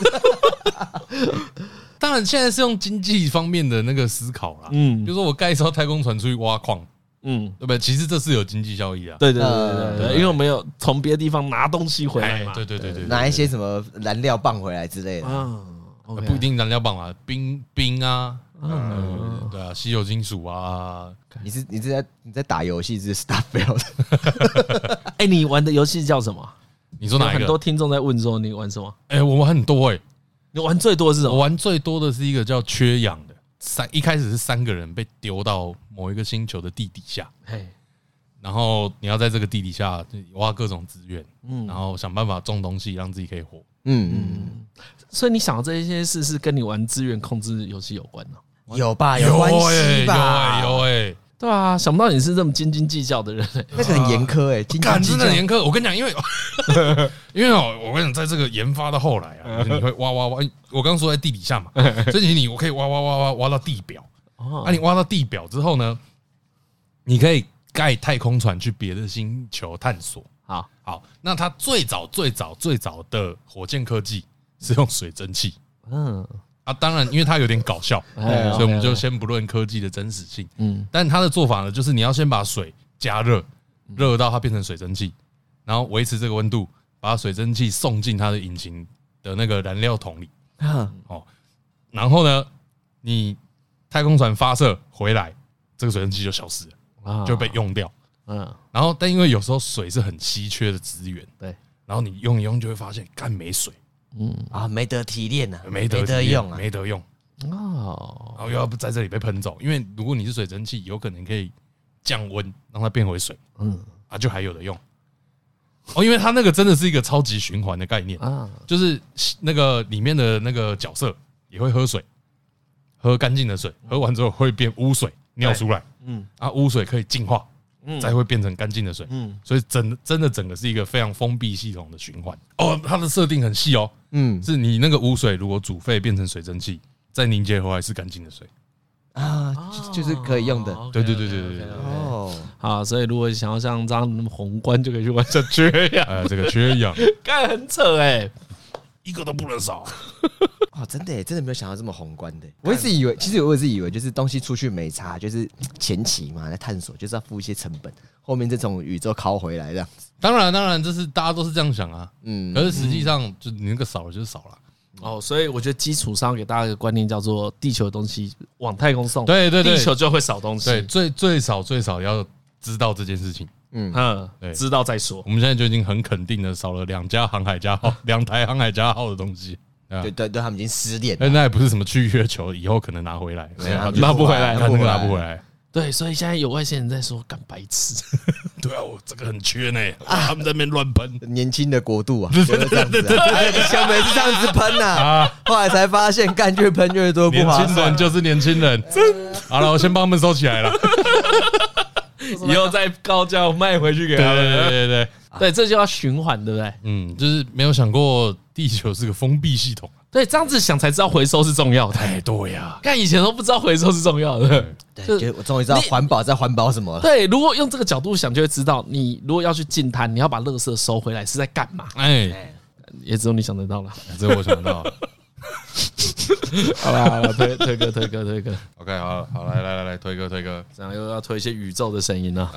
当然，现在是用经济方面的那个思考啦。比如说我盖一艘太空船出去挖矿。对不对？其实这是有经济效益啊。 对，因为我们有从别的地方拿东西回来嘛。 对， 拿一些什么燃料棒回来之类的。 不一定燃料棒啊，冰啊，对啊，稀有金属啊。 你在打游戏是 Starfield 的？ 你玩的游戏叫什么？ 你说哪一个？ 很多听众在问说你玩什么？ 我玩很多你玩最多是什么？ 我玩最多的是一个叫缺氧的。一开始是3个人被丢到某一个星球的地底下， 然后你要在这个地底下挖各种资源，然后想办法种东西，让自己可以活。 所以你想到这些事是跟你玩资源控制游戏有关的？ 有吧？有关系吧？ 有对啊，想不到你是这么斤斤计较的人， 那个很严苛哎， 真的很严苛。我跟你讲，因为我跟你讲，在这个研发到后来啊，你会挖，我刚刚说在地底下嘛，所以我可以挖到地表。你挖到地表之后呢，你可以盖太空船去别的星球探索。好，那它最早的火箭科技是用水蒸气。当然，因为它有点搞笑，所以我们就先不论科技的真实性。但它的做法呢，就是你要先把水加热，热到它变成水蒸气，然后维持这个温度，把水蒸气送进它的引擎的那个燃料桶里。然后呢，你太空船发射回来，这个水蒸气就消失了，就被用掉。然后但因为有时候水是很稀缺的资源， 对， 然后你用一用就会发现，干没水。 没得提炼呐， 没得用，然后又要在这里被喷走，因为如果你是水蒸气，有可能可以降温，让它变回水，就还有的用。因为它那个真的是一个超级循环的概念就是那个里面的那个角色也会喝水，喝干净的水，喝完之后会变污水尿出来，污水可以净化。才会变成干净的水，所以真的整个是一个非常封闭系统的循环。它的设定很细哦，是你那个污水如果煮沸变成水蒸气，再凝结回来是干净的水就是可以用的。 对。 好，所以如果想要像这样那么宏观，就可以去玩这缺氧。 这个缺氧， 干很扯一个都不能少。 真的真的没有想到这么宏观的。我一直以为，其实我一直以为就是东西出去没差，就是前期嘛，在探索就是要付一些成本，后面这种宇宙拷回来这样子。 当然，这是大家都是这样想啊。可是实际上，就你那个少了就是少了。 所以我觉得基础上给大家一个观念，叫做地球的东西往太空送， 对， 地球就会少东西。 对，最少要知道这件事情。 知道再说。 我们现在就已经很肯定的少了2台航海家号的东西。 对，他们已经失联了。 那也不是什么去月球，以后可能拿回来， 拿不回来， 拿不回来。 对，所以现在有外星人在说干白痴。 对啊，我这个很缺呢，他们在那边乱喷。 年轻的国度啊，对，小美是这样子喷呐，后来才发现干越喷越多，不划算。 年轻人就是年轻人。好了，我先帮他们收起来了。 以后再高价卖回去给他们。对，这就要循环，对不对？就是没有想过地球是个封闭系统。 对，这样子想才知道回收是重要的。 对呀， 看以前都不知道回收是重要的。 对，我终于知道环保在环保什么了。 对，如果用这个角度想，就会知道你如果要去净滩，你要把垃圾收回来是在干嘛？也只有你想得到了， 只有我想得到。 好了，推歌。 OK， 好，来，推歌。 这样又要推一些宇宙的声音了。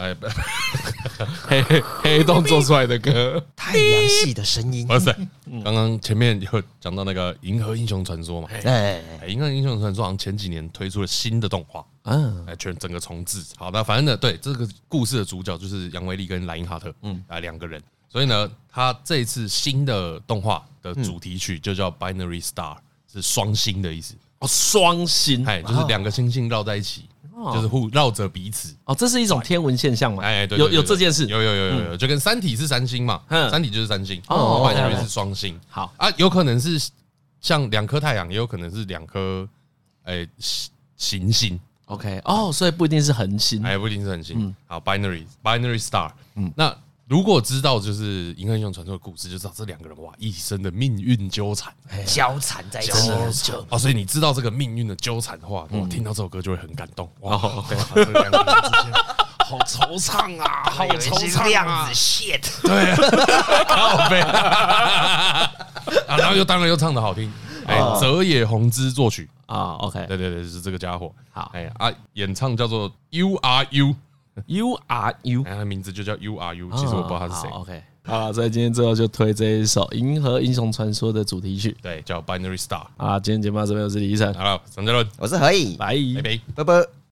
黑洞做出来的歌， 太阳系的声音。 哇塞！刚刚前面有讲到那个《银河英雄传说》嘛，《银河英雄传说》好像前几年推出了新的动画，整个重置。好的，反正呢，对这个故事的主角就是杨威利跟莱因哈特，2个人。所以呢，他这一次新的动画的主题曲就叫 Binary Star， 是双星的意思。 双星， 就是2个星星绕在一起，就是绕着彼此。 这是一种天文现象嘛？ 对， 有这件事， 有，就跟三体是3星嘛，三体就是3星，Binary是双星。好有可能是像2颗太阳，也有可能是2颗行星。 OK， 所以不一定是恒星， 不一定是恒星。好 ，Binary Star，那。如果知道就是《银河英雄传说》的故事，就知道这2个人一生的命运纠缠， 交缠在一起。 所以你知道这个命运的纠缠的话，听到这首歌就会很感动。这2个人之间好惆怅啊，好惆怅量子 shit， 对，靠北然后当然又唱得好听，泽野弘之作曲 ，OK， 对，是这个家伙。 好， 演唱叫做 You Are You。You Are You， 他名字就叫 You Are You， 其实我不知道他是谁。 OK， 好，所以今天最后就推这一首《银河英雄传说》的主题曲， 对，叫 Binary Star。 今天节目到这边，我是李依晨， 好了，张嘉伦， 我是何以， 拜。 拜拜。